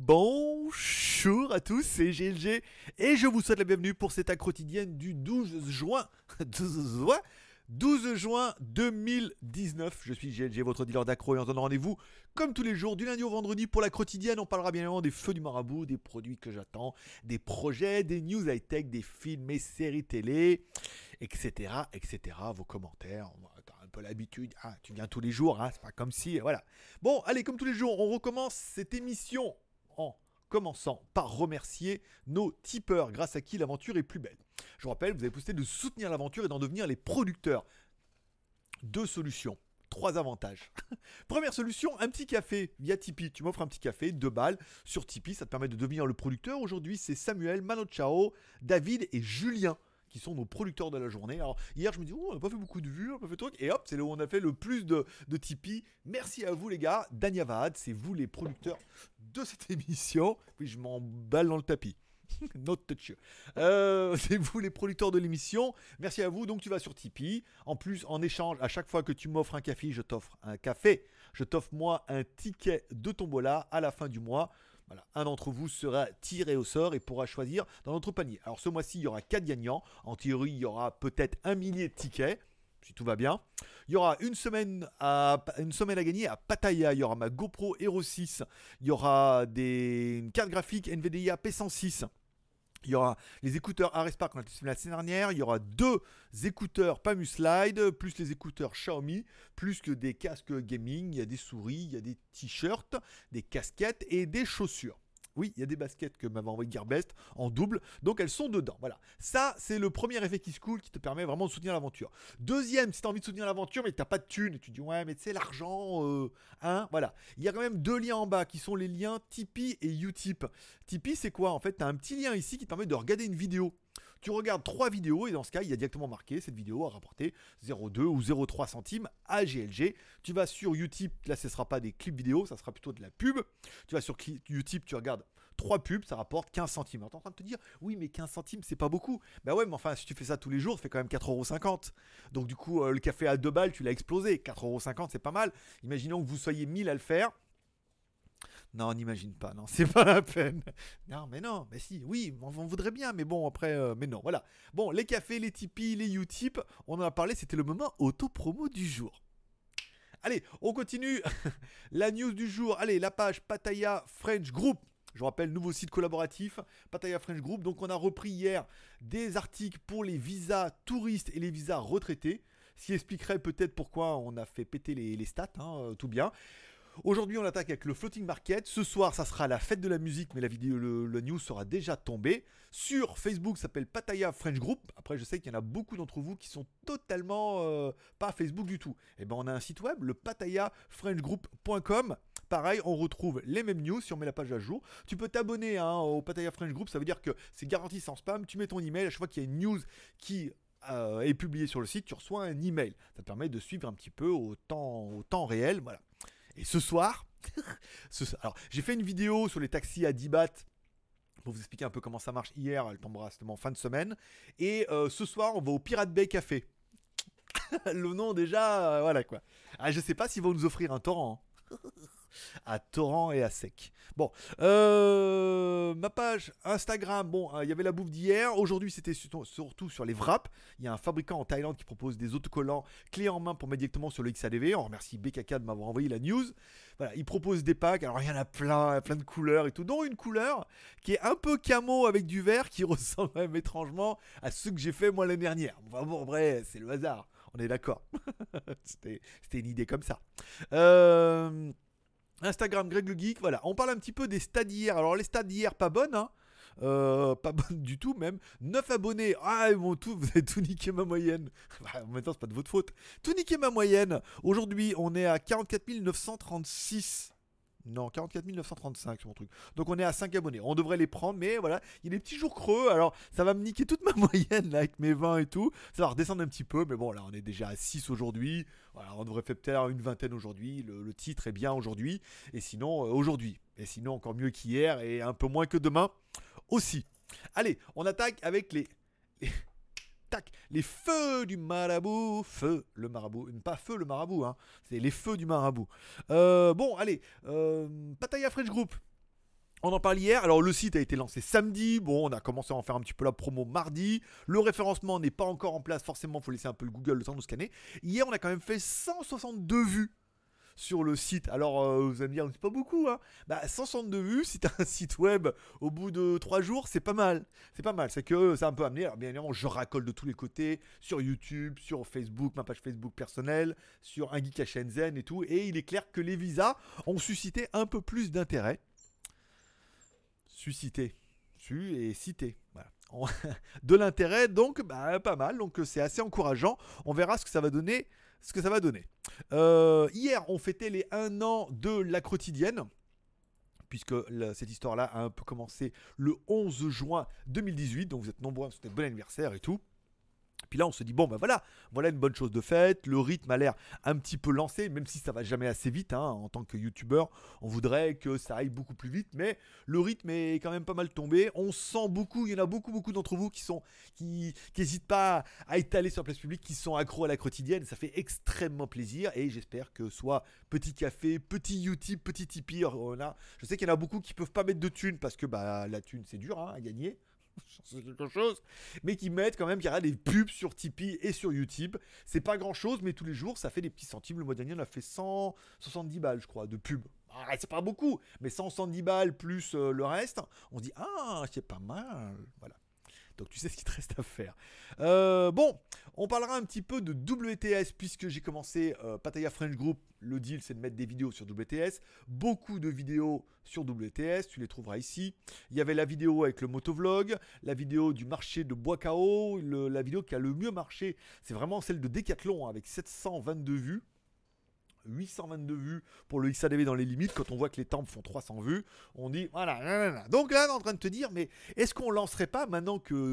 Bonjour à tous, c'est GLG et je vous souhaite la bienvenue pour cette acte quotidienne du 12 juin 12 juin 2019. Je suis GLG, votre dealer d'accro, et on se donne rendez-vous comme tous les jours du lundi au vendredi pour la quotidienne. On parlera bien évidemment des feux du marabout, des produits que j'attends, des projets, des news high-tech, des films et séries télé, etc. etc. Vos commentaires, t'as un peu l'habitude, hein, tu viens tous les jours, hein, c'est pas comme si, voilà. Bon, allez, comme tous les jours, on recommence cette émission en commençant par remercier nos tipeurs, grâce à qui l'aventure est plus belle. Je vous rappelle, vous avez posté de soutenir l'aventure et d'en devenir les producteurs. Deux solutions. 3 avantages. Première solution, un petit café via Tipeee. Tu m'offres un petit café, 2 balles sur Tipeee, ça te permet de devenir le producteur. Aujourd'hui, c'est Samuel, Mano Chao, David et Julien qui sont nos producteurs de la journée. Alors hier je me dis, oh, on n'a pas fait beaucoup de vues, on n'a pas fait de trucs, et hop, c'est là où on a fait le plus de Tipeee. Merci à vous les gars. Dania Vahad, c'est vous les producteurs de cette émission. Puis je m'emballe dans le tapis. Not touch you. C'est vous les producteurs de l'émission. Merci à vous. Donc tu vas sur Tipeee. En plus, en échange, à chaque fois que tu m'offres un café, je t'offre un café. Je t'offre moi un ticket de tombola à la fin du mois. Voilà, un d'entre vous sera tiré au sort et pourra choisir dans notre panier. Alors ce mois-ci, il y aura 4 gagnants. En théorie, il y aura peut-être 1 millier de tickets. Si tout va bien. Il y aura une semaine à gagner à Pattaya. Il y aura ma GoPro Hero 6. Il y aura une carte graphique NVIDIA P106. Il y aura les écouteurs Arespark qu'on a testé la semaine dernière. Il y aura 2 écouteurs Pamu Slide, plus les écouteurs Xiaomi, plus que des casques gaming. Il y a des souris, il y a des t-shirts, des casquettes et des chaussures. Oui, il y a des baskets que m'avait envoyé Gearbest en double, donc elles sont dedans. Voilà, ça c'est le premier effet qui se coule qui te permet vraiment de soutenir l'aventure. Deuxième, si tu as envie de soutenir l'aventure mais que tu n'as pas de thune, et tu dis ouais mais tu sais l'argent, hein, voilà. Il y a quand même 2 liens en bas qui sont les liens Tipeee et Utip. Tipeee c'est quoi en fait? Tu as un petit lien ici qui te permet de regarder une vidéo. Tu regardes 3 vidéos et dans ce cas, il y a directement marqué cette vidéo a rapporté 0,2 ou 0,3 centimes à GLG. Tu vas sur Utip, là ce ne sera pas des clips vidéo, ça sera plutôt de la pub. Tu vas sur Utip, tu regardes 3 pubs, ça rapporte 15 centimes. Alors, tu es en train de te dire, oui, mais 15 centimes, c'est pas beaucoup. Bah ouais, mais enfin, si tu fais ça tous les jours, ça fait quand même 4,50 €. Donc, du coup, le café à 2 balles, tu l'as explosé. 4,50 €, c'est pas mal. Imaginons que vous soyez 1000 à le faire. Non, n'imagine pas, non, c'est pas la peine. Non, mais si, oui, on voudrait bien, mais bon, après, mais non, voilà. Bon, les cafés, les Tipeee, les Utip, on en a parlé, c'était le moment auto-promo du jour. Allez, on continue. La news du jour, allez, la page Pattaya French Group. Je vous rappelle, nouveau site collaboratif, Pattaya French Group. Donc, on a repris hier des articles pour les visas touristes et les visas retraités. Ce qui expliquerait peut-être pourquoi on a fait péter les stats, hein, tout bien. Aujourd'hui, on attaque avec le floating market. Ce soir, ça sera la fête de la musique, mais la vidéo, le news sera déjà tombé. Sur Facebook, ça s'appelle Pattaya French Group. Après, je sais qu'il y en a beaucoup d'entre vous qui sont totalement pas Facebook du tout. Et ben, on a un site web, le pattayafrenchgroup.com. Pareil, on retrouve les mêmes news si on met la page à jour. Tu peux t'abonner au Pattaya French Group, ça veut dire que c'est garanti sans spam. Tu mets ton email, à chaque fois qu'il y a une news qui est publiée sur le site, tu reçois un email. Ça te permet de suivre un petit peu au temps réel. Voilà. Et ce soir, alors j'ai fait une vidéo sur les taxis à 10 bahts pour vous expliquer un peu comment ça marche hier, elle tombera justement en fin de semaine. Et ce soir, on va au Pirate Bay Café. Le nom déjà, voilà quoi. Ah, je sais pas s'ils vont nous offrir un torrent. Hein. À torrent et à sec. Bon, ma page Instagram, bon, il y avait la bouffe d'hier. Aujourd'hui, c'était surtout sur les wraps. Il y a un fabricant en Thaïlande qui propose des autocollants clés en main pour mettre directement sur le XADV. On remercie BKK de m'avoir envoyé la news. Voilà, il propose des packs. Alors, il y en a plein de couleurs et tout, dont une couleur qui est un peu camo avec du vert qui ressemble même étrangement à ceux que j'ai fait moi l'année dernière. Enfin bon, en vrai, c'est le hasard. On est d'accord. C'était une idée comme ça. Instagram Greg le Geek, voilà. On parle un petit peu des stats d'hier. Alors les stats d'hier, pas bonnes, hein. Pas bonnes du tout même. 9 abonnés. Ah bon, vous avez tout niqué ma moyenne. En même temps, c'est pas de votre faute. Tout niqué ma moyenne. Aujourd'hui, on est à 44 936. Non, 44 935 sur mon truc. Donc on est à 5 abonnés. On devrait les prendre, mais voilà, il y a des petits jours creux. Alors ça va me niquer toute ma moyenne là, avec mes 20 et tout. Ça va redescendre un petit peu, mais bon, là on est déjà à 6 aujourd'hui. Voilà, on devrait faire peut-être une vingtaine aujourd'hui. Le titre est bien aujourd'hui. Et sinon, aujourd'hui. Et sinon, encore mieux qu'hier et un peu moins que demain aussi. Allez, on attaque avec les tac, les feux du marabout, feu le marabout, pas feu le marabout, hein, c'est les feux du marabout. Bon, allez, Pattaya French Group. On en parle hier. Alors, le site a été lancé samedi. Bon, on a commencé à en faire un petit peu la promo mardi. Le référencement n'est pas encore en place. Forcément, il faut laisser un peu le Google le temps de nous scanner. Hier, on a quand même fait 162 vues sur le site. Alors, vous allez me dire, c'est pas beaucoup, hein. 162 vues, si t'as un site web au bout de 3 jours, c'est pas mal. C'est pas mal. C'est que ça a un peu amené. Alors, bien évidemment, je racole de tous les côtés. Sur YouTube, sur Facebook, ma page Facebook personnelle, sur un geek à Shenzhen et tout. Et il est clair que les visas ont suscité un peu plus d'intérêt. Suscité. Su et cité. Voilà. De l'intérêt, donc pas mal. Donc c'est assez encourageant. On verra ce que ça va donner. Hier, on fêtait les 1 an de la quotidienne. Puisque cette histoire-là a un peu commencé le 11 juin 2018. Donc vous êtes nombreux à me souhaiter bon anniversaire et tout. Puis là, on se dit, bon, voilà une bonne chose de faite. Le rythme a l'air un petit peu lancé, même si ça va jamais assez vite. Hein. En tant que youtubeur, on voudrait que ça aille beaucoup plus vite, mais le rythme est quand même pas mal tombé. On sent beaucoup, il y en a beaucoup d'entre vous qui n'hésitent pas à étaler sur la place publique, qui sont accros à la quotidienne. Ça fait extrêmement plaisir et j'espère que soit petit café, petit Utip, petit Tipeee, je sais qu'il y en a beaucoup qui peuvent pas mettre de thunes parce que la thune c'est dur à gagner. C'est quelque chose, mais qui mettent quand même qu'il y aura des pubs sur Tipeee et sur YouTube. C'est pas grand chose, mais tous les jours ça fait des petits centimes. Le mois dernier on a fait 170 balles, je crois, de pub. C'est pas beaucoup, mais 170 balles plus le reste, on se dit c'est pas mal. Voilà. Donc tu sais ce qu'il te reste à faire. Bon, on parlera un petit peu de WTS puisque j'ai commencé Pattaya French Group. Le deal, c'est de mettre des vidéos sur WTS. Beaucoup de vidéos sur WTS, tu les trouveras ici. Il y avait la vidéo avec le motovlog, la vidéo du marché de Bois-Cao, la vidéo qui a le mieux marché, c'est vraiment celle de Decathlon avec 722 vues. 822 vues pour le XADV dans les limites. Quand on voit que les temples font 300 vues, on dit voilà. Donc là, on est en train de te dire, mais est-ce qu'on lancerait pas maintenant que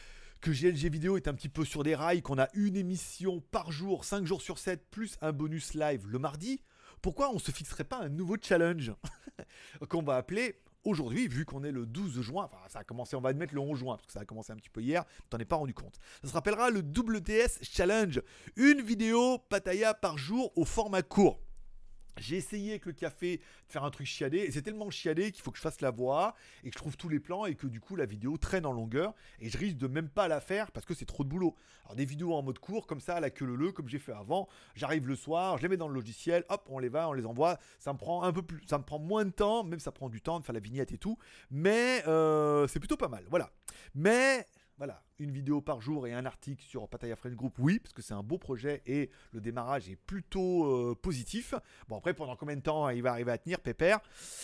GLG Vidéo est un petit peu sur des rails, qu'on a une émission par jour, 5 jours sur 7, plus un bonus live le mardi, pourquoi on se fixerait pas un nouveau challenge qu'on va appeler aujourd'hui, vu qu'on est le 12 juin, enfin ça a commencé, on va admettre le 11 juin, parce que ça a commencé un petit peu hier, t'en es pas rendu compte. Ça se rappellera le WTS Challenge, une vidéo Pattaya par jour au format court. J'ai essayé avec le café de faire un truc chiadé, et c'est tellement chiadé qu'il faut que je fasse la voix, et que je trouve tous les plans, et que du coup la vidéo traîne en longueur, et je risque de même pas la faire, parce que c'est trop de boulot. Alors des vidéos en mode court, comme ça, à la queue leu, comme j'ai fait avant, j'arrive le soir, je les mets dans le logiciel, hop, on les envoie, ça me prend moins de temps, même ça prend du temps de faire la vignette et tout, mais c'est plutôt pas mal, voilà. Mais... voilà, une vidéo par jour et un article sur Pattaya French Group, oui, parce que c'est un beau projet et le démarrage est plutôt positif. Bon, après, pendant combien de temps il va arriver à tenir, pépère?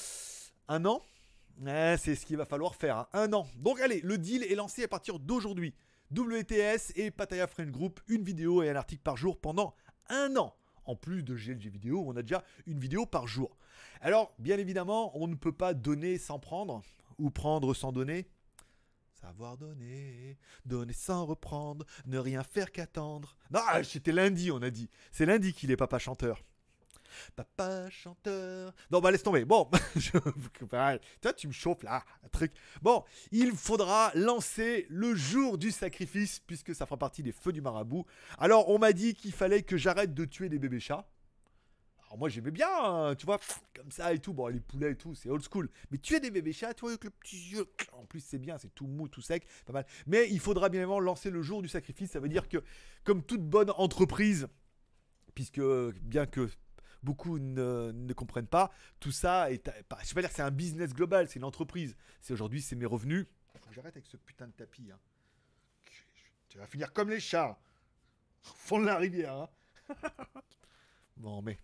1 an? C'est ce qu'il va falloir faire, hein. 1 an. Donc allez, le deal est lancé à partir d'aujourd'hui. WTS et Pattaya French Group, une vidéo et un article par jour pendant 1 an. En plus de GLG Vidéo, on a déjà une vidéo par jour. Alors, bien évidemment, on ne peut pas donner sans prendre, ou prendre sans donner. Savoir donner, donner sans reprendre, ne rien faire qu'attendre. Non, c'était lundi, on a dit. C'est lundi qu'il est papa chanteur. Papa chanteur. Non, laisse tomber. Bon, toi, tu me chauffes là, un truc. Bon, il faudra lancer le jour du sacrifice, puisque ça fera partie des feux du marabout. Alors, on m'a dit qu'il fallait que j'arrête de tuer des bébés chats. Alors moi j'aimais bien, hein, tu vois, comme ça et tout, bon les poulets et tout, c'est old school. Mais tu as des bébés chats, tu vois, avec le petit yeux, en plus c'est bien, c'est tout mou, tout sec, pas mal. Mais il faudra bien évidemment lancer le jour du sacrifice, ça veut dire que, comme toute bonne entreprise, puisque bien que beaucoup ne comprennent pas, tout ça est, je vais pas dire que c'est un business global, c'est une entreprise. C'est aujourd'hui, c'est mes revenus. Il faut que j'arrête avec ce putain de tapis, hein. Tu vas finir comme les chats, au fond de la rivière, hein. Bon mais...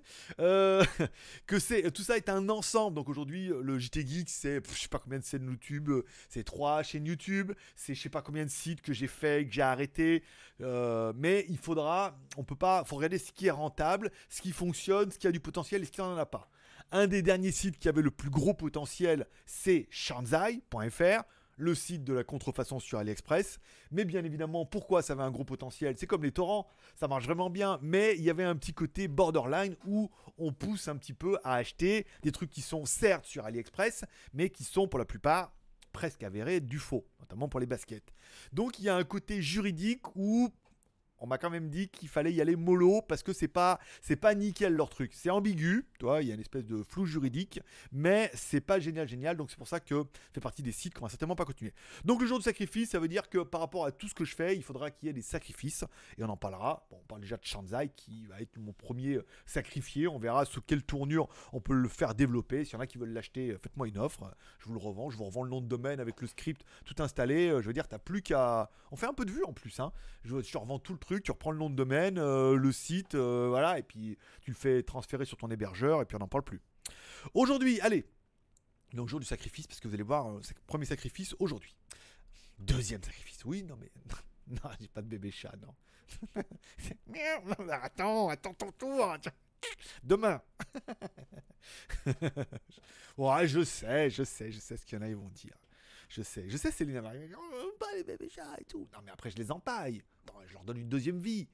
que tout ça est un ensemble. Donc aujourd'hui le JT Geek c'est je sais pas combien de chaînes YouTube, c'est 3 chaînes YouTube, c'est je sais pas combien de sites que j'ai fait, que j'ai arrêté, mais faut regarder ce qui est rentable, ce qui fonctionne, ce qui a du potentiel et ce qui n'en a pas. Un des derniers sites qui avait le plus gros potentiel, c'est Shanzai.fr, le site de la contrefaçon sur AliExpress. Mais bien évidemment, pourquoi ça avait un gros potentiel? C'est comme les torrents, ça marche vraiment bien, mais il y avait un petit côté borderline où on pousse un petit peu à acheter des trucs qui sont certes sur AliExpress, mais qui sont pour la plupart presque avérés du faux, notamment pour les baskets. Donc il y a un côté juridique où on m'a quand même dit qu'il fallait y aller mollo parce que c'est pas nickel leur truc. C'est ambigu, tu vois, il y a une espèce de flou juridique, mais c'est pas génial. Donc c'est pour ça que ça fait partie des sites qu'on va certainement pas continuer. Donc le jour du sacrifice, ça veut dire que par rapport à tout ce que je fais, il faudra qu'il y ait des sacrifices et on en parlera. Bon, on parle déjà de Shanzai qui va être mon premier sacrifié. On verra sous quelle tournure on peut le faire développer. S'il y en a qui veulent l'acheter, faites-moi une offre. Je vous le revends. Je vous revends le nom de domaine avec le script tout installé. Je veux dire, t'as plus qu'à. On fait un peu de vue en plus. Hein. Je te revends tout le truc. Tu reprends le nom de domaine, le site, voilà, et puis tu le fais transférer sur ton hébergeur et puis on n'en parle plus. Aujourd'hui, allez. Donc jour du sacrifice, parce que vous allez voir, premier sacrifice aujourd'hui. Deuxième sacrifice. Oui, non mais. Non, j'ai pas de bébé chat, non. Attends ton tour. Demain. Ouais, je sais ce qu'il y en a, ils vont dire. Je sais, Céline Marie. Oh, pas les bébés chats et tout. Non, mais après, je les empaille. Attends, je leur donne une deuxième vie.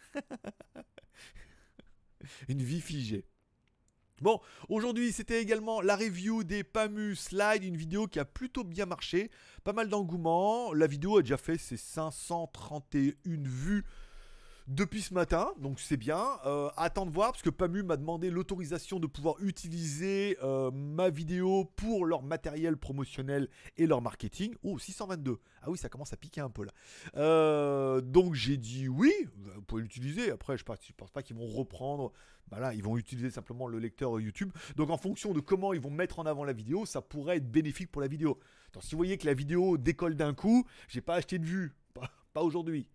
Une vie figée. Bon, aujourd'hui, c'était également la review des Pamu Slide, une vidéo qui a plutôt bien marché. Pas mal d'engouement. La vidéo a déjà fait ses 531 vues depuis ce matin, donc c'est bien. Attends de voir, parce que Pamu m'a demandé l'autorisation de pouvoir utiliser ma vidéo pour leur matériel promotionnel et leur marketing. Oh, 622. Ah oui, ça commence à piquer un peu là. Donc j'ai dit oui, vous pouvez l'utiliser. Après, je pense pas qu'ils vont reprendre. Bah là, ils vont utiliser simplement le lecteur YouTube. Donc en fonction de comment ils vont mettre en avant la vidéo, ça pourrait être bénéfique pour la vidéo. Donc, si vous voyez que la vidéo décolle d'un coup, j'ai pas acheté de vues. Pas aujourd'hui.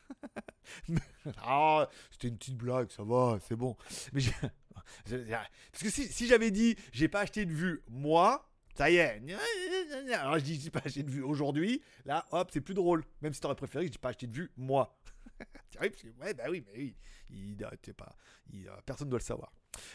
Ah, c'était une petite blague, ça va, c'est bon. Mais parce que si j'avais dit j'ai pas acheté de vue, moi, ça y est. Alors je dis j'ai pas acheté de vue aujourd'hui, là hop, c'est plus drôle. Même si t'aurais préféré que j'ai pas acheté de vue, moi. C'est vrai, parce que, ouais, bah oui, mais oui. Personne ne doit le savoir.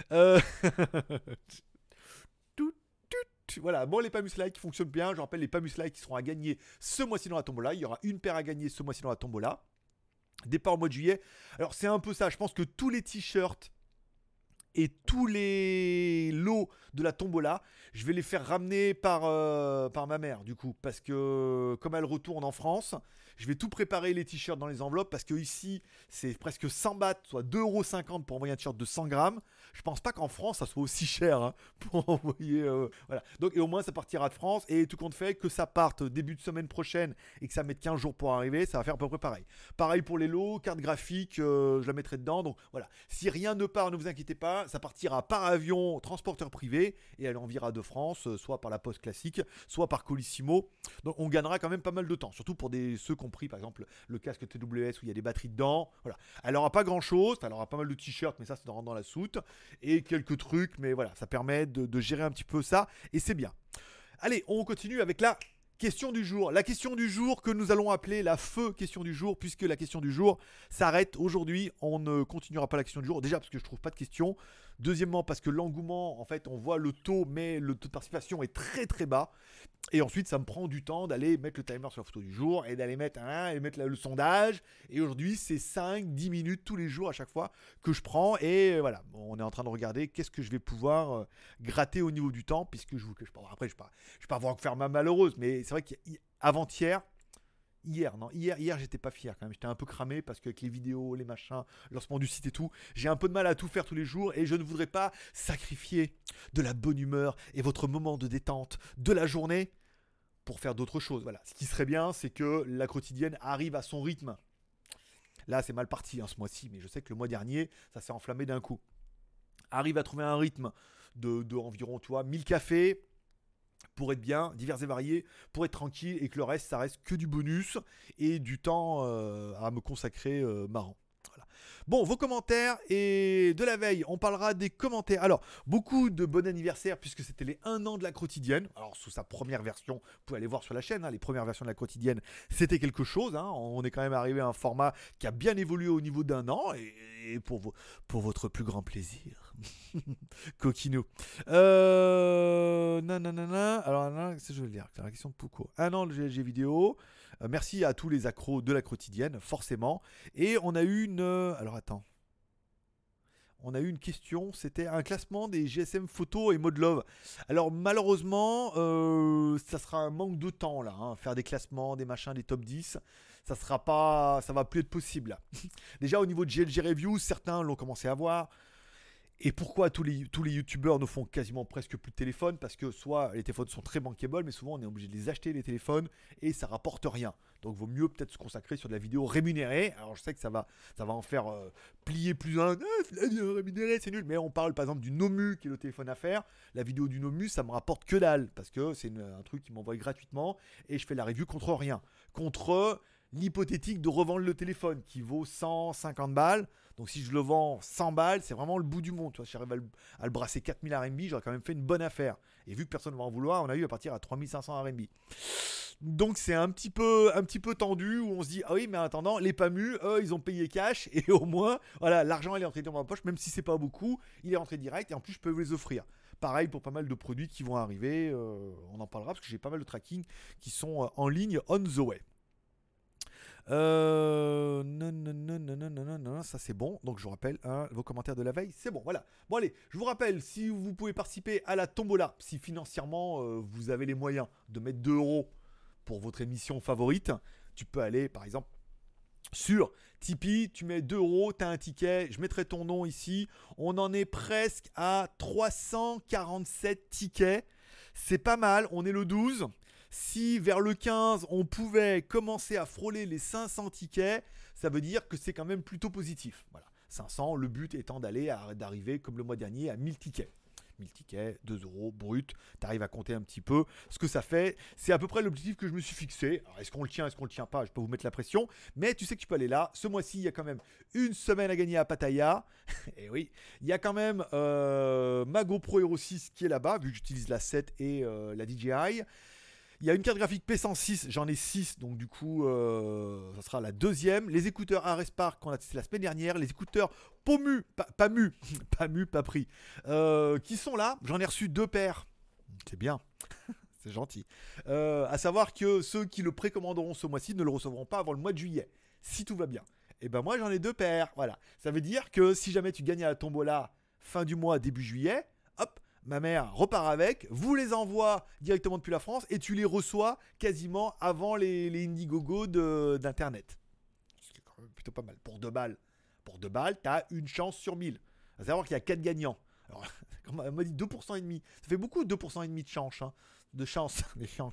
Voilà, bon, les Pamus Like qui fonctionnent bien. Je rappelle les Pamus Like qui seront à gagner ce mois-ci dans la tombola. Il y aura une paire à gagner ce mois-ci dans la tombola. Départ au mois de juillet. Alors c'est un peu ça, je pense que tous les t-shirts et tous les lots de la tombola, je vais les faire ramener par ma mère du coup, parce que comme elle retourne en France, je vais tout préparer les t-shirts dans les enveloppes, parce que ici c'est presque 100 bahts, soit 2,50€ pour envoyer un t-shirt de 100 grammes. Je pense pas qu'en France ça soit aussi cher hein, pour envoyer. Voilà. Donc, et au moins ça partira de France, et tout compte fait que ça parte début de semaine prochaine et que ça mette 15 jours pour arriver, ça va faire à peu près pareil. Pareil pour les lots, carte graphique, je la mettrai dedans. Donc voilà, si rien ne part, ne vous inquiétez pas, ça partira par avion, transporteur privé, et elle enverra de France, soit par la poste classique, soit par Colissimo. Donc on gagnera quand même pas mal de temps, surtout pour ceux qui ont pris par exemple le casque TWS où il y a des batteries dedans. Voilà. Elle aura pas grand chose, elle aura pas mal de t-shirts, mais ça rentre dans la soute, et quelques trucs, mais voilà, ça permet de gérer un petit peu ça, et c'est bien. Allez, on continue avec la question du jour. La question du jour que nous allons appeler la feu question du jour, puisque la question du jour s'arrête aujourd'hui. On ne continuera pas la question du jour. Déjà parce que je trouve pas de question. Deuxièmement parce que l'engouement, en fait, on voit le taux, mais le taux de participation est très très bas. Et ensuite, ça me prend du temps d'aller mettre le timer sur la photo du jour et d'aller mettre le sondage. Et aujourd'hui, c'est 5-10 minutes tous les jours à chaque fois que je prends. Et voilà, on est en train de regarder qu'est-ce que je vais pouvoir gratter au niveau du temps, puisque je vous cache pas. Après, je ne vais pas vous faire ma malheureuse, mais c'est vrai qu'avant-hier, Hier, j'étais pas fier quand même. J'étais un peu cramé parce qu'avec les vidéos, les machins, le lancement du site et tout, j'ai un peu de mal à tout faire tous les jours et je ne voudrais pas sacrifier de la bonne humeur et votre moment de détente de la journée pour faire d'autres choses. Voilà. Ce qui serait bien, c'est que la quotidienne arrive à son rythme. Là, c'est mal parti ce mois-ci, mais je sais que le mois dernier, ça s'est enflammé d'un coup. Arrive à trouver un rythme de environ 1000 cafés. Pour être bien, divers et variés, pour être tranquille, et que le reste, ça reste que du bonus et du temps à me consacrer marrant. Voilà. Bon, vos commentaires, et de la veille, on parlera des commentaires. Alors, beaucoup de bon anniversaire, puisque c'était les 1 an de la quotidienne. Alors, sous sa première version, vous pouvez aller voir sur la chaîne, les premières versions de la quotidienne, c'était quelque chose. On est quand même arrivé à un format qui a bien évolué au niveau d'1 an, et pour votre plus grand plaisir. Coquino. Nanana. Alors, qu'est-ce que je veux dire? C'est la question de Pouco. 1 an de GLG vidéo. Merci à tous les accros de la quotidienne, forcément. Et on a eu une... Alors, attends. On a eu une question, c'était un classement des GSM photos et mode love. Alors malheureusement, ça sera un manque de temps là, faire des classements, des machins, des top 10. ça va plus être possible là. Déjà au niveau de GLG Reviews, certains l'ont commencé à voir. Et pourquoi tous les youtubeurs ne font quasiment presque plus de téléphone? Parce que soit les téléphones sont très bankable, mais souvent on est obligé de les acheter les téléphones et ça rapporte rien. Donc vaut mieux peut-être se consacrer sur de la vidéo rémunérée. Alors je sais que ça va en faire plier plus un. La vidéo rémunérée c'est nul. Mais on parle par exemple du Nomu qui est le téléphone à faire. La vidéo du Nomu ça me rapporte que dalle parce que c'est un truc qui m'envoie gratuitement et je fais la review contre rien. Contre l'hypothétique de revendre le téléphone qui vaut 150 balles. Donc si je le vends 100 balles, c'est vraiment le bout du monde. Tu vois, si j'arrive à le brasser 4000 RMB, j'aurais quand même fait une bonne affaire. Et vu que personne ne va en vouloir, on a eu à partir à 3500 RMB. Donc c'est un petit peu tendu où on se dit ah oui mais en attendant les PAMU eux ils ont payé cash et au moins voilà l'argent il est entré dans ma poche même si c'est pas beaucoup il est rentré direct et en plus je peux vous les offrir. Pareil pour pas mal de produits qui vont arriver, on en parlera parce que j'ai pas mal de tracking qui sont en ligne on the way. Non, ça c'est bon. Donc je vous rappelle vos commentaires de la veille, c'est bon. Voilà. Bon allez, je vous rappelle si vous pouvez participer à la tombola, si financièrement vous avez les moyens de mettre 2 € pour votre émission favorite, tu peux aller par exemple sur Tipeee, tu mets 2 €, tu as un ticket, je mettrai ton nom ici. On en est presque à 347 tickets. C'est pas mal, on est le 12. Si vers le 15, on pouvait commencer à frôler les 500 tickets, ça veut dire que c'est quand même plutôt positif. Voilà. 500, le but étant d'arriver comme le mois dernier à 1000 tickets. 1000 tickets, 2 € brut, tu arrives à compter un petit peu ce que ça fait. C'est à peu près l'objectif que je me suis fixé. Alors, est-ce qu'on le tient, est-ce qu'on le tient pas? Je peux vous mettre la pression, mais tu sais que tu peux aller là. Ce mois-ci, il y a quand même une semaine à gagner à Pattaya. Et oui, il y a quand même ma GoPro Hero 6 qui est là-bas, vu que j'utilise la 7 et la DJI. Il y a une carte graphique P106, j'en ai 6, donc du coup, ça sera la deuxième. Les écouteurs Arespark qu'on a testé la semaine dernière, les écouteurs PAMU, pas pris, qui sont là. J'en ai reçu 2 paires. C'est bien, c'est gentil. À savoir que ceux qui le précommanderont ce mois-ci ne le recevront pas avant le mois de juillet, si tout va bien. Et ben moi, j'en ai 2 paires, voilà. Ça veut dire que si jamais tu gagnes à la tombola fin du mois, début juillet, hop, ma mère repart avec, vous les envoie directement depuis la France et tu les reçois quasiment avant les Indiegogo d'internet. C'est quand même plutôt pas mal. Pour 2 balles. Pour 2 balles, t'as une chance sur 1000. À savoir qu'il y a 4 gagnants. Alors, on m'a dit 2% et demi. Ça fait beaucoup 2% et demi de chance. Hein. De chance.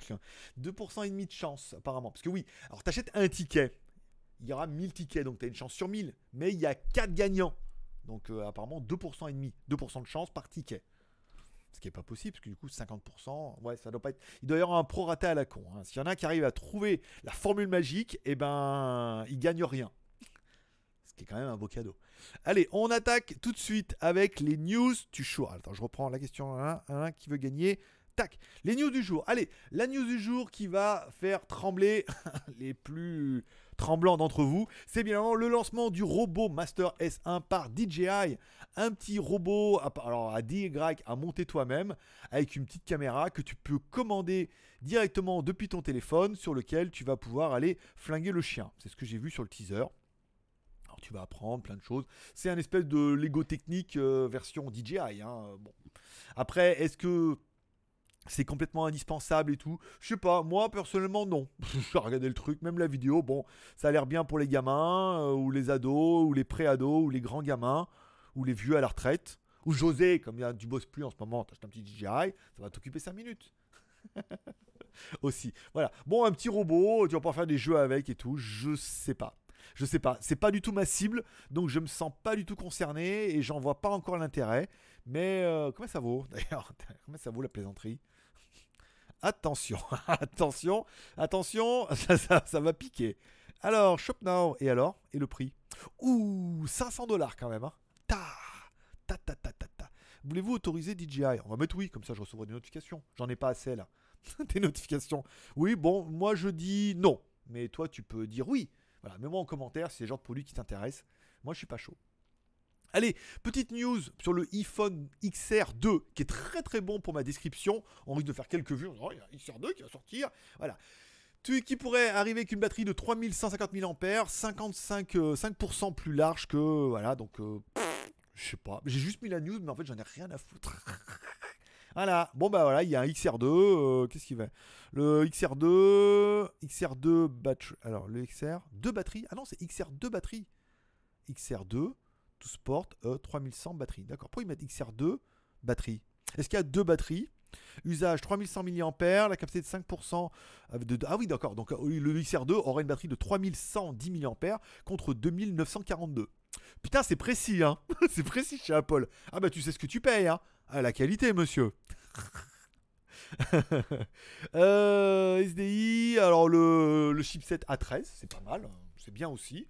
2% et demi de chance, apparemment. Parce que oui, alors t'achètes un ticket. Il y aura 1000 tickets, donc t'as une chance sur 1000. Mais il y a 4 gagnants. Donc apparemment 2% et demi. 2% de chance par ticket. Ce qui n'est pas possible, parce que du coup, 50%, ouais, ça doit pas être. Il doit y avoir un prorata à la con. Hein. S'il y en a qui arrivent à trouver la formule magique, eh ben, ils gagnent rien. Ce qui est quand même un beau cadeau. Allez, on attaque tout de suite avec les news du jour. Attends, je reprends la question. Qui veut gagner? Tac, les news du jour. Allez, la news du jour qui va faire trembler les plus tremblants d'entre vous, c'est bien évidemment le lancement du robot Master S1 par DJI. Un petit robot alors à DY à monter toi-même avec une petite caméra que tu peux commander directement depuis ton téléphone sur lequel tu vas pouvoir aller flinguer le chien. C'est ce que j'ai vu sur le teaser. Alors tu vas apprendre plein de choses. C'est un espèce de Lego technique version DJI. Hein. Bon. Après, est-ce que c'est complètement indispensable et tout? Je sais pas, moi personnellement non. J'ai regardé le truc, même la vidéo, bon, ça a l'air bien pour les gamins, ou les ados, ou les pré-ados, ou les grands gamins, ou les vieux à la retraite, ou José, comme tu bosses plus en ce moment, t'achètes un petit DJI, ça va t'occuper 5 minutes. Aussi, voilà. Bon, un petit robot, tu vas pouvoir faire des jeux avec et tout, je sais pas. C'est pas du tout ma cible, donc je me sens pas du tout concerné et j'en vois pas encore l'intérêt. Mais comment ça vaut d'ailleurs? Comment ça vaut la plaisanterie? Attention, attention, ça va piquer. Alors, Shop Now, et alors? Et le prix? Ouh, 500 $ quand même. Hein. Ta. Voulez-vous autoriser DJI? On va mettre oui, comme ça je recevrai des notifications. J'en ai pas assez là. Des notifications. Oui, bon, moi je dis non. Mais toi, tu peux dire oui. Voilà, mets-moi en commentaire si c'est le genre de produit qui t'intéresse. Moi, je suis pas chaud. Allez, petite news sur le iPhone XR2 qui est très très bon pour ma description. On risque de faire quelques vues. Oh, il y a un XR2 qui va sortir. Voilà. Qui pourrait arriver avec une batterie de 3150 mAh, 5% plus large que. Voilà, donc. Je sais pas. J'ai juste mis la news, mais en fait, j'en ai rien à foutre. Voilà. Bon bah voilà, il y a un XR2. Qu'est-ce qu'il fait? Le XR2 batterie. Alors le XR 2 batteries. Ah non, c'est XR2 batterie. XR2 to sport 3100 batterie. D'accord. Pourquoi ils mettent XR2 batterie? Est-ce qu'il y a deux batteries? Usage 3100 mAh, la capacité de 5%. Ah oui, d'accord. Donc le XR2 aurait une batterie de 3110 mAh contre 2942. Putain, c'est précis, hein. C'est précis chez Apple. Ah bah tu sais ce que tu payes, hein. Ah, la qualité, monsieur. SDI, alors le chipset A13, c'est pas mal, c'est bien aussi.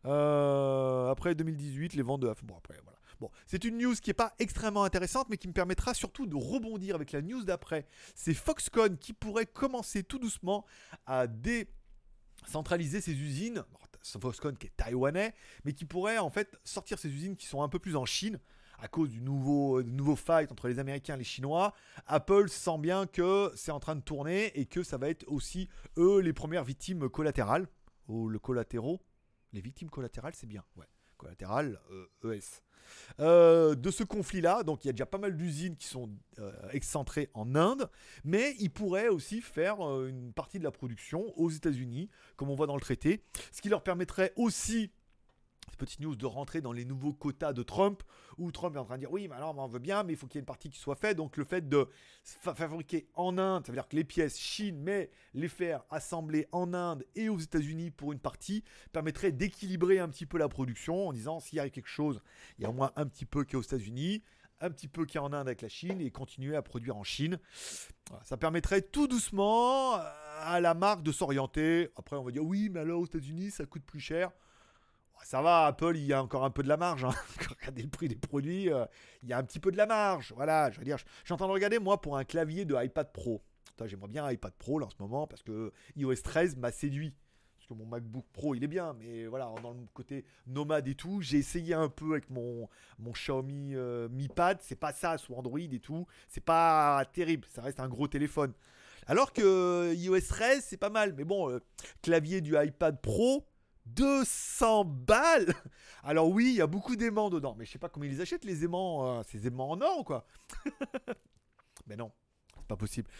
Après 2018, les ventes de... Bon, après, voilà. Bon, c'est une news qui n'est pas extrêmement intéressante, mais qui me permettra surtout de rebondir avec la news d'après. C'est Foxconn qui pourrait commencer tout doucement à décentraliser ses usines. Foxconn qui est taïwanais, mais qui pourrait en fait sortir ses usines qui sont un peu plus en Chine à cause du nouveau fight entre les Américains et les Chinois. Apple sent bien que c'est en train de tourner et que ça va être aussi eux les premières victimes collatérales. Ou le collatéraux. Les victimes collatérales, c'est bien. Ouais. Collatéral, ES. De ce conflit-là, donc il y a déjà pas mal d'usines qui sont excentrées en Inde, mais ils pourraient aussi faire une partie de la production aux États-Unis, comme on voit dans le traité, ce qui leur permettrait aussi, petite news, de rentrer dans les nouveaux quotas de Trump, où Trump est en train de dire oui, mais alors on veut bien, mais il faut qu'il y ait une partie qui soit faite. Donc le fait de fabriquer en Inde, ça veut dire que les pièces Chine, mais les faire assembler en Inde et aux États-Unis pour une partie, permettrait d'équilibrer un petit peu la production en disant s'il y a quelque chose, il y a au moins un petit peu qui est aux États-Unis, un petit peu qui est en Inde avec la Chine et continuer à produire en Chine. Voilà, ça permettrait tout doucement à la marque de s'orienter. Après on va dire oui, mais alors aux États-Unis ça coûte plus cher. Ça va, Apple, il y a encore un peu de la marge. Hein. Regardez le prix des produits, il y a un petit peu de la marge. Voilà, je veux dire, je suis en train de regarder, moi, pour un clavier de iPad Pro. Putain, j'aimerais bien un iPad Pro, là, en ce moment, parce que iOS 13 m'a séduit. Parce que mon MacBook Pro, il est bien, mais voilà, dans le côté nomade et tout, j'ai essayé un peu avec mon Xiaomi Mi Pad. C'est pas ça, sous Android et tout. C'est pas terrible, ça reste un gros téléphone. Alors que iOS 13, c'est pas mal. Mais bon, clavier du iPad Pro... 200 balles. Alors oui, il y a beaucoup d'aimants dedans, mais je sais pas comment ils les achètent les aimants, ces aimants en or ou quoi. Mais non, c'est pas possible.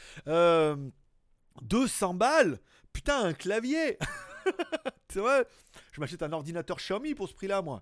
200 balles. Putain, un clavier. C'est vrai. Je m'achète un ordinateur Xiaomi pour ce prix-là, moi.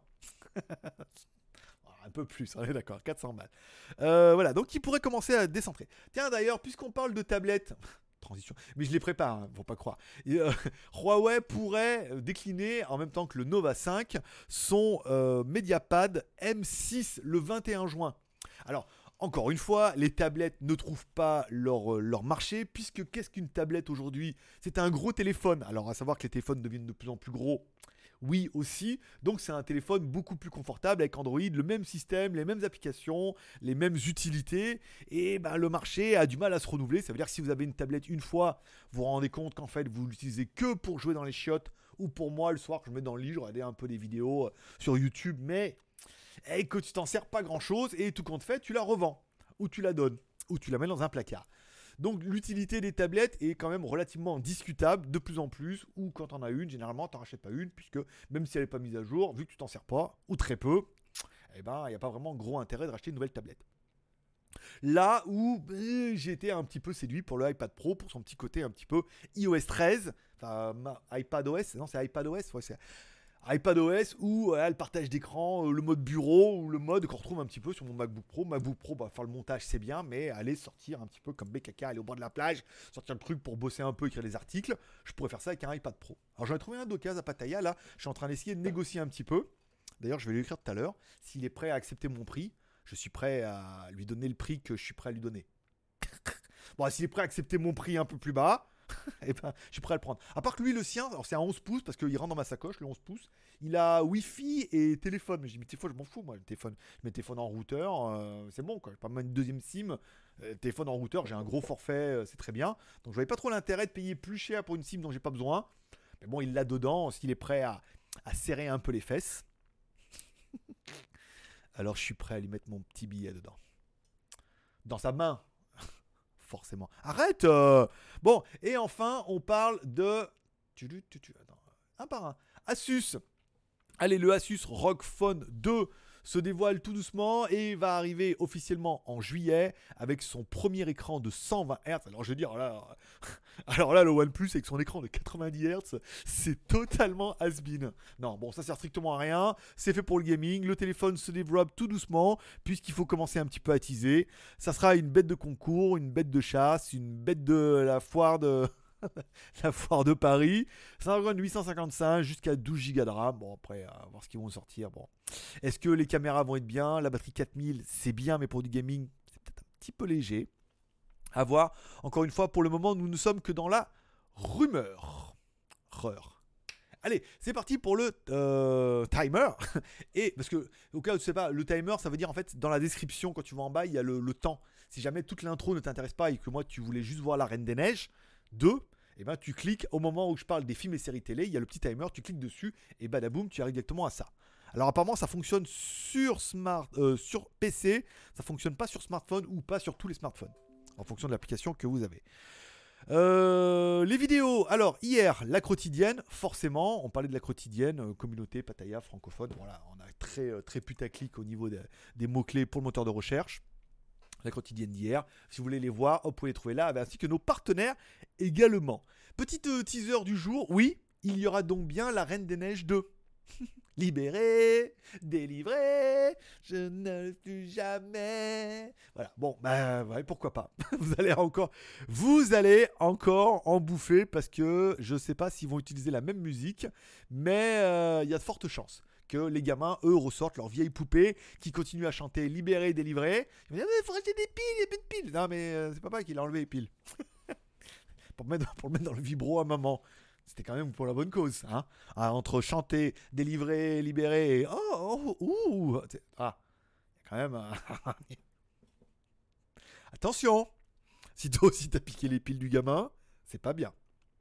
Un peu plus, on est d'accord, 400 balles. Voilà, donc il pourrait commencer à décentrer. Tiens d'ailleurs, puisqu'on parle de tablettes, transition, mais je les prépare, hein, faut pas croire. Et, Huawei pourrait décliner en même temps que le Nova 5 son Mediapad M6 le 21 juin. Alors, encore une fois, les tablettes ne trouvent pas leur marché, puisque qu'est-ce qu'une tablette aujourd'hui? C'est un gros téléphone. Alors, à savoir que les téléphones deviennent de plus en plus gros. Oui aussi, donc c'est un téléphone beaucoup plus confortable avec Android, le même système, les mêmes applications, les mêmes utilités, et ben, le marché a du mal à se renouveler. Ça veut dire que si vous avez une tablette une fois, vous vous rendez compte qu'en fait vous l'utilisez que pour jouer dans les chiottes, ou pour moi le soir que je me mets dans le lit, je regarde un peu des vidéos sur YouTube, mais que tu t'en sers pas grand chose, et tout compte fait, tu la revends, ou tu la donnes, ou tu la mets dans un placard. Donc l'utilité des tablettes est quand même relativement discutable de plus en plus, ou quand on a une, généralement tu n'en rachètes pas une, puisque même si elle n'est pas mise à jour, vu que tu t'en sers pas, ou très peu, eh ben il n'y a pas vraiment gros intérêt de racheter une nouvelle tablette. Là où j'ai été un petit peu séduit pour le iPad Pro, pour son petit côté un petit peu iOS 13, enfin iPadOS, non c'est iPadOS, ouais, c'est iPadOS ou le partage d'écran, le mode bureau ou le mode qu'on retrouve un petit peu sur mon MacBook Pro. MacBook Pro, bah, faire le montage c'est bien, mais aller sortir un petit peu comme BKK, aller au bord de la plage, sortir le truc pour bosser un peu, écrire des articles, je pourrais faire ça avec un iPad Pro. Alors j'en ai trouvé un d'occasion à Pattaya, là, je suis en train d'essayer de négocier un petit peu. D'ailleurs, je vais lui écrire tout à l'heure. S'il est prêt à accepter mon prix, je suis prêt à lui donner le prix que je suis prêt à lui donner. Bon, s'il est prêt à accepter mon prix un peu plus bas, eh ben, je suis prêt à le prendre. À part que lui, le sien, alors c'est un 11 pouces parce qu'il rentre dans ma sacoche, le 11 pouces. Il a Wi-Fi et téléphone. Mais j'ai mis téléphone, je m'en fous, moi, le téléphone. Je mets téléphone en routeur, c'est bon, quoi. Je vais pas mettre une deuxième SIM. Téléphone en routeur, j'ai un gros forfait, c'est très bien. Donc je voyais pas trop l'intérêt de payer plus cher pour une SIM dont j'ai pas besoin. Mais bon, il l'a dedans, s'il est prêt à serrer un peu les fesses. Alors je suis prêt à lui mettre mon petit billet dedans. Dans sa main. Forcément. Arrête Bon, et enfin, on parle de... Attends, un par un. Asus. Allez, le Asus ROG Phone 2 se dévoile tout doucement et va arriver officiellement en juillet avec son premier écran de 120 Hz. Alors je veux dire, alors là le OnePlus avec son écran de 90 Hz, c'est totalement has-been. Non, bon, ça sert strictement à rien. C'est fait pour le gaming. Le téléphone se développe tout doucement puisqu'il faut commencer un petit peu à teaser. Ça sera une bête de concours, une bête de chasse, une bête de la foire de... la foire de Paris. Snapdragon 855 jusqu'à 12 Go de RAM. Bon, après, à voir ce qu'ils vont sortir. Bon. Est-ce que les caméras vont être bien? La batterie 4000, c'est bien, mais pour du gaming, c'est peut-être un petit peu léger. À voir. Encore une fois, pour le moment, nous ne sommes que dans la rumeur. Allez, c'est parti pour le timer. Et parce que, au cas où tu sais pas, le timer, ça veut dire en fait, dans la description, quand tu vas en bas, il y a le temps. Si jamais toute l'intro ne t'intéresse pas et que moi, tu voulais juste voir la Reine des Neiges 2, et ben tu cliques au moment où je parle des films et séries télé, il y a le petit timer, tu cliques dessus et badaboum, tu arrives directement à ça. Alors apparemment ça fonctionne sur sur PC, ça fonctionne pas sur smartphone ou pas sur tous les smartphones, en fonction de l'application que vous avez. Les vidéos, alors hier la quotidienne, forcément, on parlait de la quotidienne, communauté, Pattaya, francophone, voilà, on a très putaclic au niveau des mots-clés pour le moteur de recherche. La quotidienne d'hier. Si vous voulez les voir, vous pouvez les trouver là, ainsi que nos partenaires également. Petite teaser du jour, oui, il y aura donc bien la Reine des Neiges 2. Libéré, délivré, je ne le suis jamais. Voilà, bon, bah ouais, pourquoi pas. Vous allez encore en bouffer parce que je sais pas s'ils vont utiliser la même musique, mais il y a de fortes chances que les gamins, eux, ressortent leurs vieilles poupées qui continuent à chanter libéré, délivré. Ils vont dire, mais il faut acheter des piles, il n'y a plus de piles. Non, mais c'est papa qui l'a enlevé les piles. pour le mettre dans le vibro à maman. C'était quand même pour la bonne cause. Hein, entre chanter, délivrer, libérer et ouh. Ah, il y a quand même. Attention, si toi aussi t'as piqué les piles du gamin, c'est pas bien.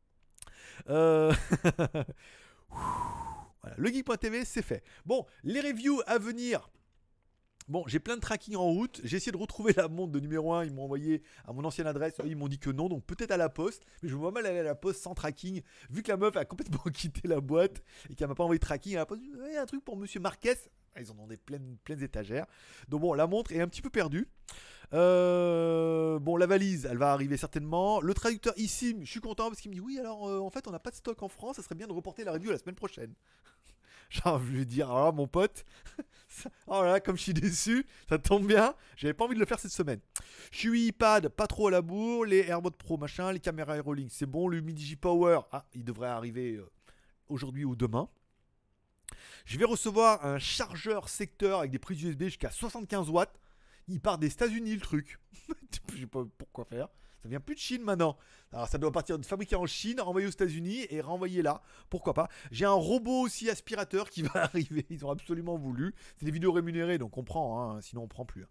Voilà, legeek.tv, c'est fait. Bon, les reviews à venir. Bon, j'ai plein de tracking en route. J'ai essayé de retrouver la montre de numéro 1. Ils m'ont envoyé à mon ancienne adresse. Ils m'ont dit que non, donc peut-être à la poste. Mais je me vois mal aller à la poste sans tracking. Vu que la meuf a complètement quitté la boîte et qu'elle m'a pas envoyé de tracking, elle a pas dit il y a un truc pour monsieur Marquez. Ils en ont des pleines étagères. Donc bon, la montre est un petit peu perdue. Bon, la valise, elle va arriver certainement. Le traducteur ici, je suis content parce qu'il me dit oui, alors en fait, on n'a pas de stock en France. Ça serait bien de reporter la review la semaine prochaine. J'ai envie de lui dire, alors là, mon pote, oh là, comme je suis déçu, ça tombe bien, j'avais pas envie de le faire cette semaine. Je suis iPad, pas trop à la bourre, les AirPods Pro, machin, les caméras Aerolink, c'est bon, le Humidigi Power, il devrait arriver aujourd'hui ou demain. Je vais recevoir un chargeur secteur avec des prises USB jusqu'à 75 watts. Il part des États-Unis le truc. Je sais pas pourquoi faire. Ça vient plus de Chine maintenant. Alors ça doit partir de fabriquer en Chine, envoyer aux États-Unis et renvoyer là. Pourquoi pas. J'ai un robot aussi aspirateur qui va arriver. Ils ont absolument voulu. C'est des vidéos rémunérées donc on prend. Hein, sinon on prend plus.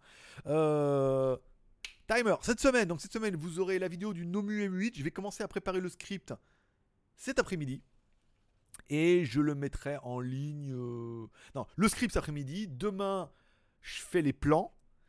Timer. Cette semaine vous aurez la vidéo du Nomu M8. Je vais commencer à préparer le script cet après-midi. Et je le mettrai en ligne. Non, le script cet après-midi. Demain, je fais les plans.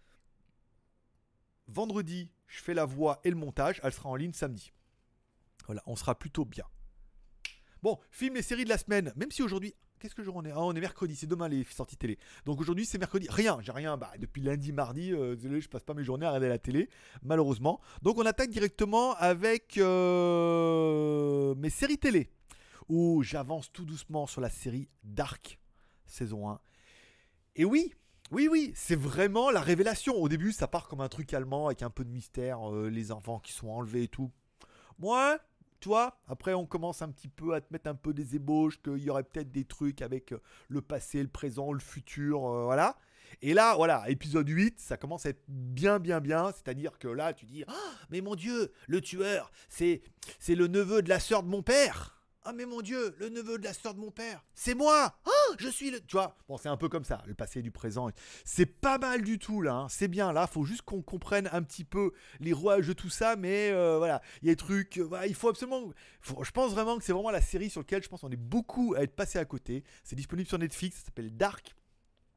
Vendredi, je fais la voix et le montage. Elle sera en ligne samedi. Voilà, on sera plutôt bien. Bon, film et séries de la semaine. Même si aujourd'hui, qu'est-ce que jour on est ? On est mercredi, c'est demain les sorties télé. Donc aujourd'hui, c'est mercredi. J'ai rien. Depuis lundi, mardi, désolé, je passe pas mes journées à regarder la télé, malheureusement. Donc on attaque directement avec mes séries télé. Où j'avance tout doucement sur la série Dark, saison 1. Et oui, c'est vraiment la révélation. Au début, ça part comme un truc allemand avec un peu de mystère, les enfants qui sont enlevés et tout. Moi, toi, après on commence un petit peu à te mettre un peu des ébauches, qu'il y aurait peut-être des trucs avec le passé, le présent, le futur, voilà. Et là, voilà, épisode 8, ça commence à être bien. C'est-à-dire que là, tu dis, mais mon Dieu, le tueur, c'est le neveu de la sœur de mon père. Ah mais mon Dieu, le neveu de la sœur de mon père, c'est moi. Je suis le... Tu vois, bon c'est un peu comme ça, le passé et du présent. C'est pas mal du tout là, hein. C'est bien là, faut juste qu'on comprenne un petit peu les rouages de tout ça, mais voilà, il y a des trucs, il faut absolument... je pense vraiment que c'est vraiment la série sur laquelle je pense qu'on est beaucoup à être passé à côté. C'est disponible sur Netflix, ça s'appelle Dark.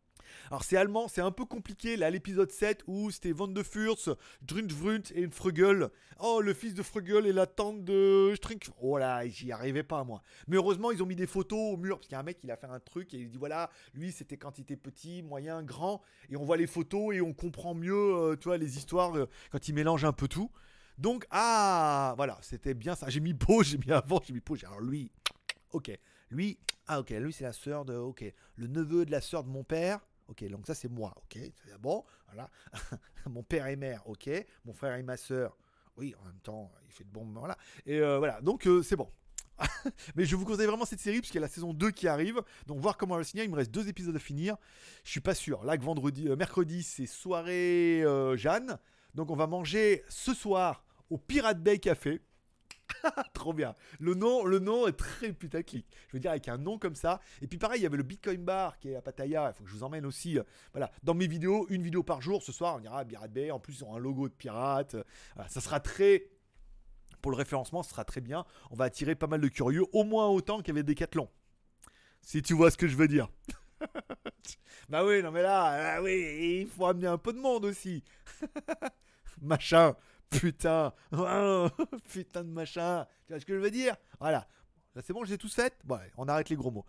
Alors c'est allemand, c'est un peu compliqué. Là, l'épisode 7 où c'était Van de Furst, Druntvrunt et une Frugel. Oh, le fils de Frugel et la tante de Strink. Oh là, j'y arrivais pas moi. Mais heureusement, ils ont mis des photos au mur. Parce qu'il y a un mec, il a fait un truc et il dit voilà, lui c'était quand il était petit, moyen, grand. Et on voit les photos et on comprend mieux, tu vois, les histoires quand il mélange un peu tout. Donc, ah, voilà, c'était bien ça. J'ai mis beau, j'ai mis avant, j'ai mis beau. Alors lui, ok. Lui, ah ok, lui c'est la sœur de, ok. Le neveu de la sœur de mon père. Ok, donc ça c'est moi, ok, c'est bon, voilà. Mon père et mère, ok. Mon frère et ma sœur, oui, en même temps, il fait de bons, voilà. Et voilà, donc c'est bon. Mais je vous conseille vraiment cette série parce qu'il y a la saison 2 qui arrive. Donc voir comment elle va se finir. Il me reste 2 épisodes à finir. Je suis pas sûr. Là que mercredi c'est soirée Jeanne. Donc on va manger ce soir au Pirate Bay Café. Trop bien. Le nom est très putaclic. Je veux dire, avec un nom comme ça. Et puis pareil, il y avait le Bitcoin Bar qui est à Pattaya. Il faut que je vous emmène aussi. Voilà, dans mes vidéos, une vidéo par jour. Ce soir, on ira à Pirate Bay. En plus, ils ont un logo de pirate. Voilà, ça sera très. Pour le référencement, ce sera très bien. On va attirer pas mal de curieux, au moins autant qu'il y avait Decathlon. Si tu vois ce que je veux dire. Bah oui, non mais là, oui, il faut amener un peu de monde aussi. Machin. Putain, putain de machin, tu vois ce que je veux dire? Voilà, là c'est bon, je les ai tous faites. Bon, allez, on arrête les gros mots.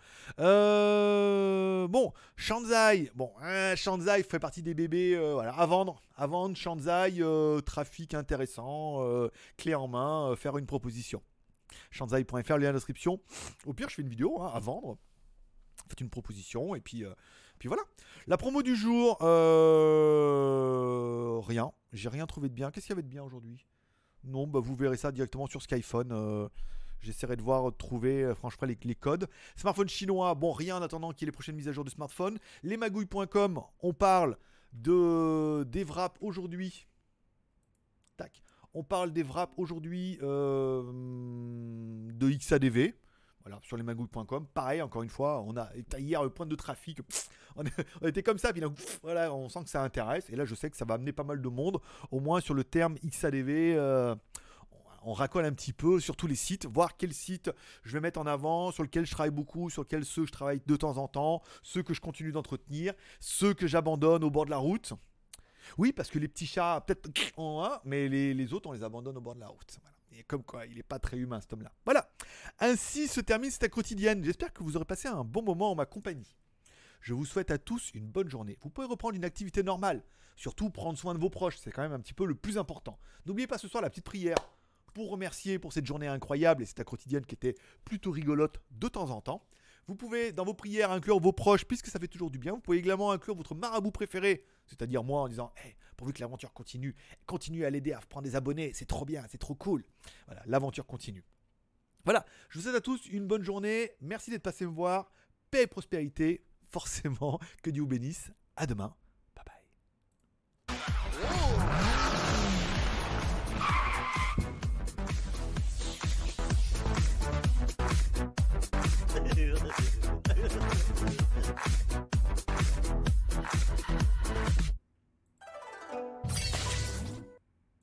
Bon, Shanzai, bon, Shanzai fait partie des bébés, voilà, à vendre, Shanzai, trafic intéressant, clé en main, faire une proposition. Shanzai.fr, lien dans la description. Au pire, je fais une vidéo à vendre. Faites une proposition et puis voilà. La promo du jour, rien. J'ai rien trouvé de bien. Qu'est-ce qu'il y avait de bien aujourd'hui? Non, bah vous verrez ça directement sur Skyphone. J'essaierai de voir, de trouver franchement les codes. Smartphone chinois, bon rien en attendant qu'il y ait les prochaines mises à jour de smartphone. Lesmagouilles.com, on parle des wraps aujourd'hui. Tac. On parle des wraps aujourd'hui de XADV. Voilà, sur lesmagouilles.com. Pareil, encore une fois, on a hier le point de trafic. On était comme ça, puis là, voilà, on sent que ça intéresse. Et là, je sais que ça va amener pas mal de monde, au moins sur le terme XADV. On racole un petit peu sur tous les sites, voir quels sites je vais mettre en avant, sur lesquels je travaille beaucoup, sur lesquels ceux que je travaille de temps en temps, ceux que je continue d'entretenir, ceux que j'abandonne au bord de la route. Oui, parce que les petits chats, peut-être en un, mais les autres, on les abandonne au bord de la route. Voilà. Et comme quoi, il n'est pas très humain, cet homme-là. Voilà. Ainsi se termine cette quotidienne. J'espère que vous aurez passé un bon moment en ma compagnie. Je vous souhaite à tous une bonne journée. Vous pouvez reprendre une activité normale. Surtout prendre soin de vos proches. C'est quand même un petit peu le plus important. N'oubliez pas ce soir la petite prière pour remercier pour cette journée incroyable et cette quotidienne qui était plutôt rigolote de temps en temps. Vous pouvez dans vos prières inclure vos proches puisque ça fait toujours du bien. Vous pouvez également inclure votre marabout préféré, c'est-à-dire moi en disant hey, pourvu que l'aventure continue, continuez à l'aider à prendre des abonnés, c'est trop bien, c'est trop cool. Voilà, l'aventure continue. Voilà, je vous souhaite à tous une bonne journée. Merci d'être passé me voir. Paix et prospérité, forcément, que Dieu vous bénisse. À demain.